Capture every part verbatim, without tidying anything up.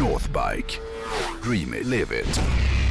Northbike. Dream it, live it.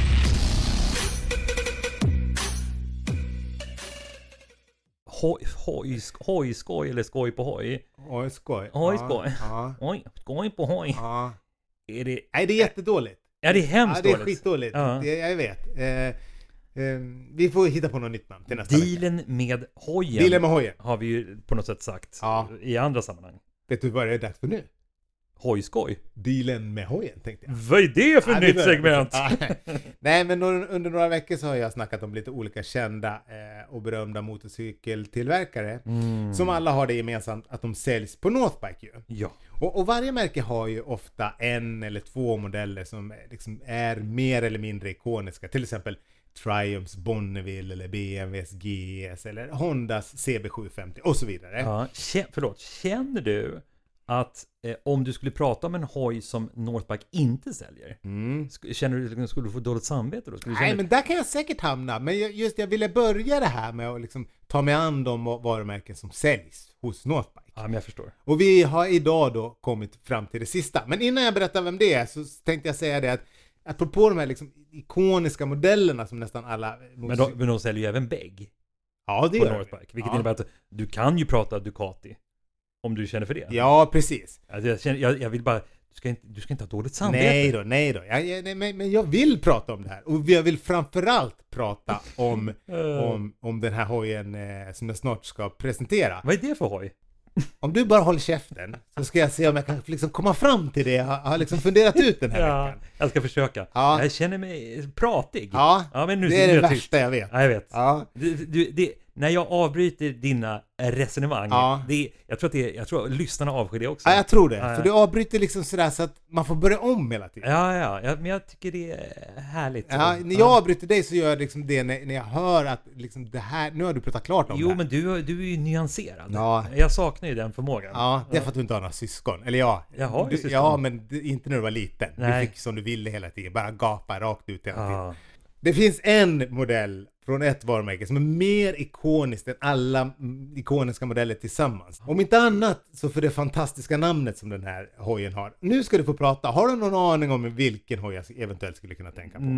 Hoj, hoj, hoj, skoj eller skoj på hoj? Oj, skoj. Hoj, Ja, skoj. Ja. Oj, skoj på hoj. Ja. Är det... Nej, det är jättedåligt. Ja, det är hemskt Ja, det är dåligt. skitdåligt. Ja. Det, jag vet. Eh, eh, vi får hitta på något nytt namn till nästa vecka. Dealen med hojen Dealen med hojen. har vi ju på något sätt sagt Ja. i andra sammanhang. Vet du vad det är dags för nu? Hojskoj. Dealen med hojen, tänkte jag. Vad är det för Ja, det nytt börjar- segment? Ja. Nej, men under, under några veckor så har jag snackat om lite olika kända eh, och berömda motorcykeltillverkare. Mm. Som alla har det gemensamt att de säljs på Northbike ju. Ja. Och, och varje märke har ju ofta en eller två modeller som liksom är mer eller mindre ikoniska. Till exempel Triumphs Bonneville eller B M Ws G S eller Hondas C B sjuhundrafemtio och så vidare. Ja. Kä- förlåt, känner du att eh, om du skulle prata om en hoj som Northbike inte säljer, Mm. sk- känner du liksom, skulle du få dåligt samvete då? Skulle du Nej, känna... men där kan jag säkert hamna. Men jag, just jag ville börja det här med att liksom ta mig an de varumärken som säljs hos Northbike. Ja, men jag förstår. Och vi har idag då kommit fram till det sista. Men innan jag berättar vem det är så tänkte jag säga det att apropå de här liksom ikoniska modellerna som nästan alla... Men de, men de säljer ju även bägg ja, det på gör Northbike. de. Vilket Ja. innebär att du kan ju prata Ducati. Om du känner för det. Ja, precis. Alltså, jag, känner, jag, jag vill bara... Du ska inte, du ska inte ha dåligt samvete. Nej då, nej då. Jag, jag, nej, men men jag vill prata om det här. Och jag vill framförallt prata om, om, om den här hojen eh, som jag snart ska presentera. Vad är det för hoj? Om du bara håller käften så ska jag se om jag kan liksom komma fram till det jag har, har liksom funderat ut den här Ja, veckan. jag ska försöka. Ja. Jag känner mig pratig. Ja, Ja, men nu, det är nu det jag tyst. värsta jag vet. Ja, jag vet. Ja. Du, du, det, när jag avbryter dina resonemang, Ja. det, jag tror att det, jag tror att lyssnarna avskyr det också. Ja, jag tror det. Ja, ja. För du avbryter liksom sådär så att man får börja om hela tiden. Ja, ja, ja, men jag tycker det är härligt. Ja, när jag avbryter dig så gör jag liksom det när, när jag hör att liksom det här, nu har du pratat klart om Jo, det här. men du, du är ju nyanserad. Ja. Jag saknar ju den förmågan. Ja, det är för att du inte har några syskon. Eller ja, Jag har ju du, syskon. Ja, men det- inte när du var liten. Nej. Du fick som du ville hela tiden. Bara gapa rakt ut hela tiden. Ja. Det finns en modell från ett varumärke som är mer ikoniskt än alla mm, ikoniska modeller tillsammans. Om inte annat så för det fantastiska namnet som den här hojen har. Nu ska du få prata. Har du någon aning om vilken hoj jag eventuellt skulle kunna tänka på?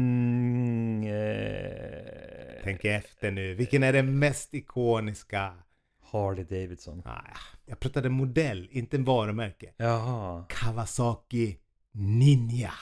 Mm, eh, Tänk efter nu. Vilken är den mest ikoniska? Harley Davidson. Ah, jag pratade modell, inte en varumärke. Jaha. Kawasaki Ninja.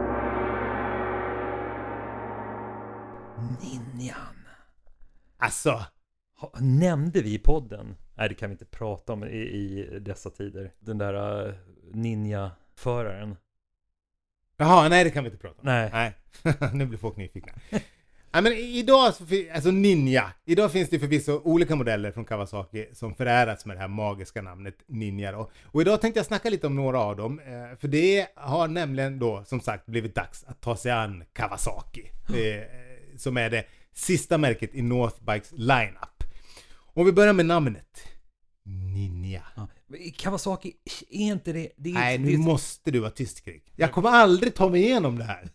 Ninjan. Alltså, Ha, nämnde vi i podden? Nej, det kan vi inte prata om i, i dessa tider. Den där uh, ninja-föraren. jaha, nej det kan vi inte prata om. Nej. Nej, nu blir folk nyfikna. Ja, men idag, så fin- alltså Ninja. Idag finns det förvisso olika modeller från Kawasaki som förärats med det här magiska namnet Ninja då. Och idag tänkte jag snacka lite om några av dem. eh, För det har nämligen då, som sagt, blivit dags att ta sig an Kawasaki. eh, Som är det sista märket i Northbikes lineup. Om vi börjar med namnet. Ninja. Ja. Kawasaki, är inte det... det är, Nej, nu det, måste du vara tyst, Krik. Jag kommer aldrig ta mig igenom det här.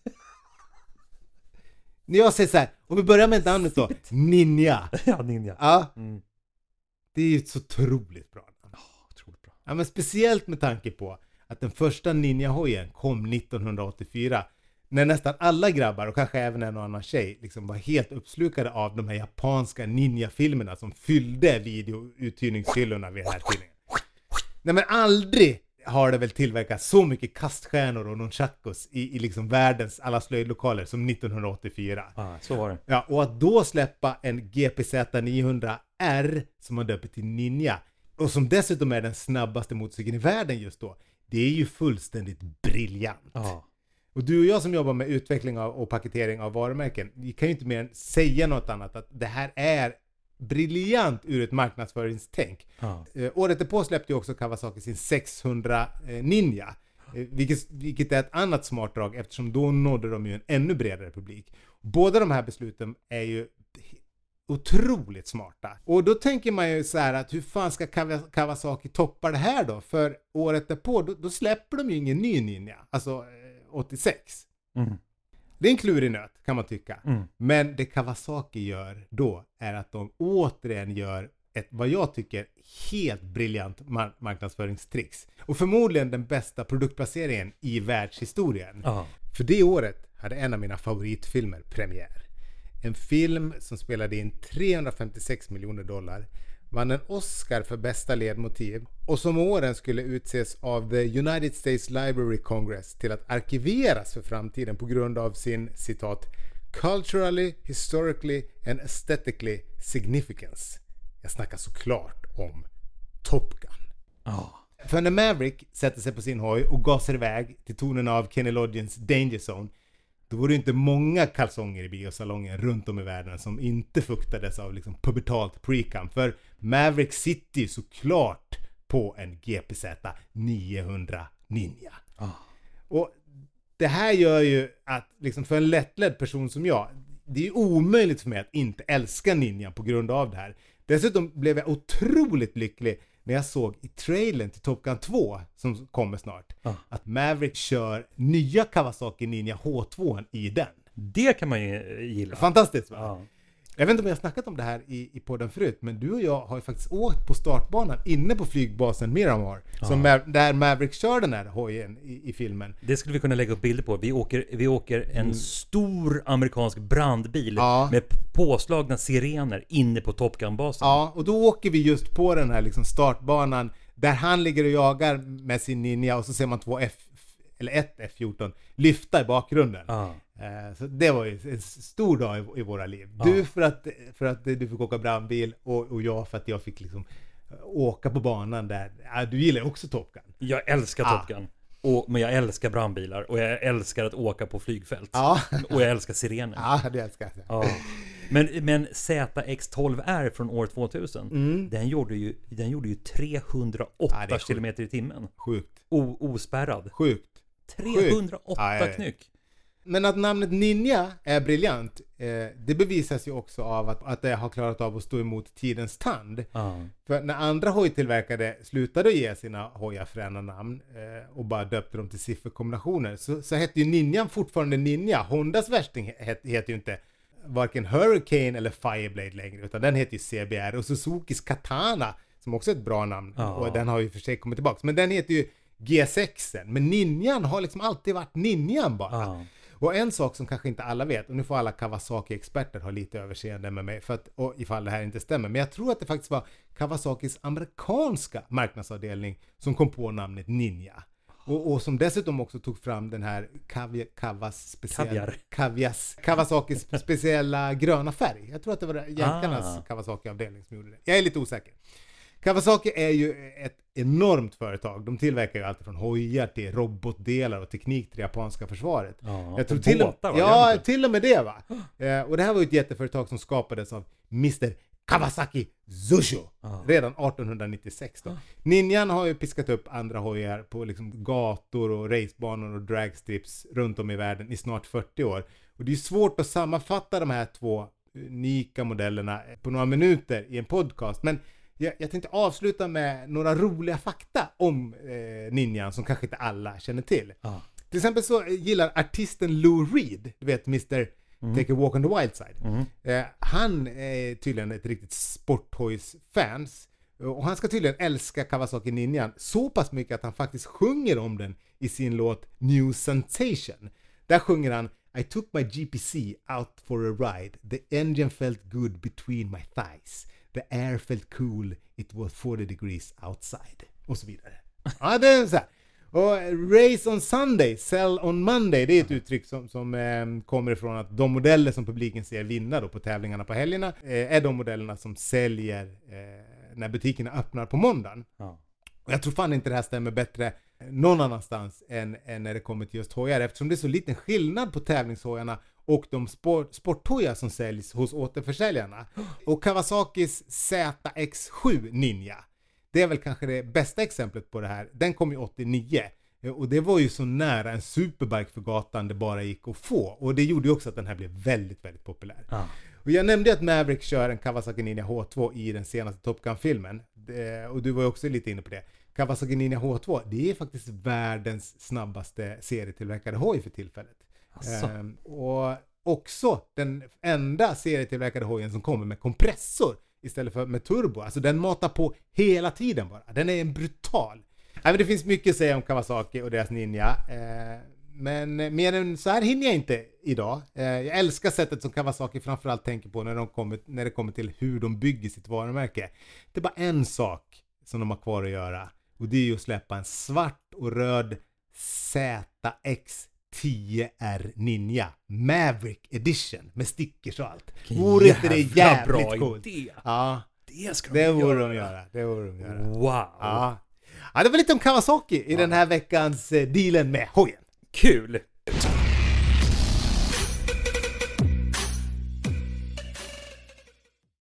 När jag säger så här, om vi börjar med namnet då. Ninja. Ja, ninja. Ja, Mm. det är ju ett så otroligt bra namn. Oh, otroligt bra. Ja, men speciellt med tanke på att den första Ninja-hojen kom nittonhundraåttiofyra. När nästan alla grabbar och kanske även en och annan tjej liksom var helt uppslukade av de här japanska ninja-filmerna som fyllde videouthyrningshyllorna vid den här tiden. Nej, men aldrig har det väl tillverkats så mycket kaststjärnor och nunchakos i, i liksom världens alla slöjdlokaler som nittonhundraåttiofyra. Ah, så var det. Ja, och att då släppa en G P Z niohundra R som man döper till Ninja och som dessutom är den snabbaste motorcykeln i världen just då, det är ju fullständigt briljant. Ja. Och du och jag som jobbar med utveckling av, och paketering av varumärken, vi kan ju inte mer än säga något annat att det här är briljant ur ett marknadsföringstänk. Ja. Eh, året därpå släppte ju också Kawasaki sin sexhundra eh, Ninja. Eh, vilket, vilket är ett annat smart drag eftersom då nådde de ju en ännu bredare publik. Båda de här besluten är ju otroligt smarta. Och då tänker man ju så här att hur fan ska Kawa- Kawasaki toppa det här då? För året därpå, då, då släpper de ju ingen ny Ninja. Alltså eh, åttiosex. Mm. Det är en klurig nöt kan man tycka. Mm. Men det Kawasaki gör då är att de återigen gör ett, vad jag tycker, helt briljant mar- marknadsföringstricks. Och förmodligen den bästa produktplaceringen i världshistorien. Ah. För det året hade en av mina favoritfilmer premiär. En film som spelade in trehundrafemtiosex miljoner dollar, vann en Oscar för bästa ledmotiv och som åren skulle utses av the United States Library Congress till att arkiveras för framtiden på grund av sin, citat, culturally, historically and aesthetically significance. Jag snackar såklart om Top Gun. Ah. För när Maverick sätter sig på sin hoj och gasar iväg till tonen av Kenny Loggins Danger Zone, då var det inte många kalsonger i biosalongen runt om i världen som inte fuktades av liksom pubertalt pre-cum. För Maverick sitter ju såklart på en G P Z niohundra Ninja. Ah. Och det här gör ju att liksom för en lättledd person som jag, det är ju omöjligt för mig att inte älska Ninja på grund av det här. Dessutom blev jag otroligt lycklig när jag såg i trailern till Top Gun två som kommer snart, ah. att Maverick kör nya Kawasaki Ninja H två i den. Det kan man ju gilla. Fantastiskt, va? Ah. Jag vet inte om jag har snackat om det här i, i podden förut, men du och jag har ju faktiskt åkt på startbanan inne på flygbasen Miramar, Ah. som Ma- där Maverick kör den här hojen i, i filmen. Det skulle vi kunna lägga upp bilder på. Vi åker, vi åker en Mm. stor amerikansk brandbil Ja. med påslagna sirener inne på Top Gun-basen. Ja, och då åker vi just på den här liksom startbanan där han ligger och jagar med sin Ninja och så ser man två F, eller ett F fjorton lyfta i bakgrunden. Ah. Eh, Så det var ju en stor dag i, i våra liv. Ja. Du för att, för att du fick åka brandbil och, och jag för att jag fick liksom åka på banan där. Ja, du gillar också Top Gun. Jag älskar Ah. Top Gun. Och, men jag älskar brandbilar. Och jag älskar att åka på flygfält. Ja, Och jag älskar sirener. ja det älskar jag. Ja. Men, men Z X tolv R från år tvåtusen, Mm. den, gjorde ju, den gjorde ju Ja, det trehundraåtta är sjukt. kilometer i timmen. Sjukt. O, ospärrad. Sjukt. trehundraåtta Ja, ja, ja. knyck. Men att namnet Ninja är briljant, eh, det bevisas ju också av att, att det har klarat av att stå emot tidens tand. Ja. För när andra hojtillverkare slutade ge sina hojar fräna namn eh, och bara döpte dem till sifferkombinationer, så, så hette ju Ninjan fortfarande Ninja. Hondas värsting het, heter ju inte varken Hurricane eller Fireblade längre, utan den heter ju C B R, och Suzukis Katana, som också är ett bra namn, Ja. och den har ju för sig kommit tillbaka, men den heter ju G sex. Men Ninjan har liksom alltid varit Ninjan bara. Ja. Och en sak som kanske inte alla vet, och nu får alla Kawasaki-experter ha lite överseende med mig för att, och ifall det här inte stämmer, men jag tror att det faktiskt var Kawasakis amerikanska marknadsavdelning som kom på namnet Ninja. Och, och som dessutom också tog fram den här Kavi, Kawas speciella, Kaviar. Kavias, Kawasakis speciella gröna färg. Jag tror att det var jänkarnas Ah. Kawasaki-avdelning som gjorde det. Jag är lite osäker. Kawasaki är ju ett enormt företag. De tillverkar ju allt från hojar till robotdelar och teknik till det japanska försvaret. Ja, Jag tror och till och, båtar, va? ja, Jämte. till och med det, va. Eh, och det här var ju ett jätteföretag som skapades av mister Kawasaki Zusho Ja. redan artonhundranittiosex då. Ninjan har ju piskat upp andra hojar på liksom gator och racebanor och dragstrips runt om i världen i snart fyrtio år. Och det är svårt att sammanfatta de här två unika modellerna på några minuter i en podcast, men jag, jag tänkte avsluta med några roliga fakta om eh, Ninjan som kanske inte alla känner till. Ja. Till exempel så gillar artisten Lou Reed, du vet mister Mm. Take a Walk on the Wild Side. Mm. Eh, han är tydligen ett riktigt sporthojsfans. Och han ska tydligen älska Kawasaki Ninjan så pass mycket att han faktiskt sjunger om den i sin låt New Sensation. Där sjunger han: I took my G P C out for a ride. The engine felt good between my thighs. The air felt cool. It was forty degrees outside. Och så vidare. Ja, det är så här. Och race on Sunday, sell on Monday, det är ett uttryck som, som eh, kommer ifrån att de modeller som publiken ser vinna då på tävlingarna på helgerna eh, är de modellerna som säljer eh, när butikerna öppnar på måndagen. Ja. Och jag tror fan inte det här stämmer bättre någon annanstans än, än när det kommer till just hojar, eftersom det är så liten skillnad på tävlingshojarna och de sport, sporthojar som säljs hos återförsäljarna. Och Kawasakis Z X sju Ninja, det är väl kanske det bästa exemplet på det här. Den kom ju åttionio. Och det var ju så nära en superbike för gatan det bara gick att få. Och det gjorde ju också att den här blev väldigt, väldigt populär. Ja. Och jag nämnde att Maverick kör en Kawasaki Ninja H två i den senaste Top Gun-filmen. Det, och du var ju också lite inne på det. Kawasaki Ninja H två, det är faktiskt världens snabbaste serietillverkade hoj för tillfället. Asså. Ehm, och också den enda serietillverkade hojen som kommer med kompressor istället för med turbo. Alltså den matar på hela tiden bara. Den är en brutal. Nej, men det finns mycket att säga om Kawasaki och deras Ninja. Eh, men mer än så här hinner jag inte idag. Eh, jag älskar sättet som Kawasaki framförallt tänker på när, de kommer, när det kommer till hur de bygger sitt varumärke. Det är bara en sak som de har kvar att göra. Och det är ju att släppa en svart och röd Z X tio R Ninja Maverick Edition med stickers och allt. Vore inte det jävligt bra coolt? Idé. Ja, det ska det de vore göra. de göra. Det vore de göra. Wow. Ja. Ja, det var lite om Kawasaki i ja. den här veckans dealen med hojen. Kul!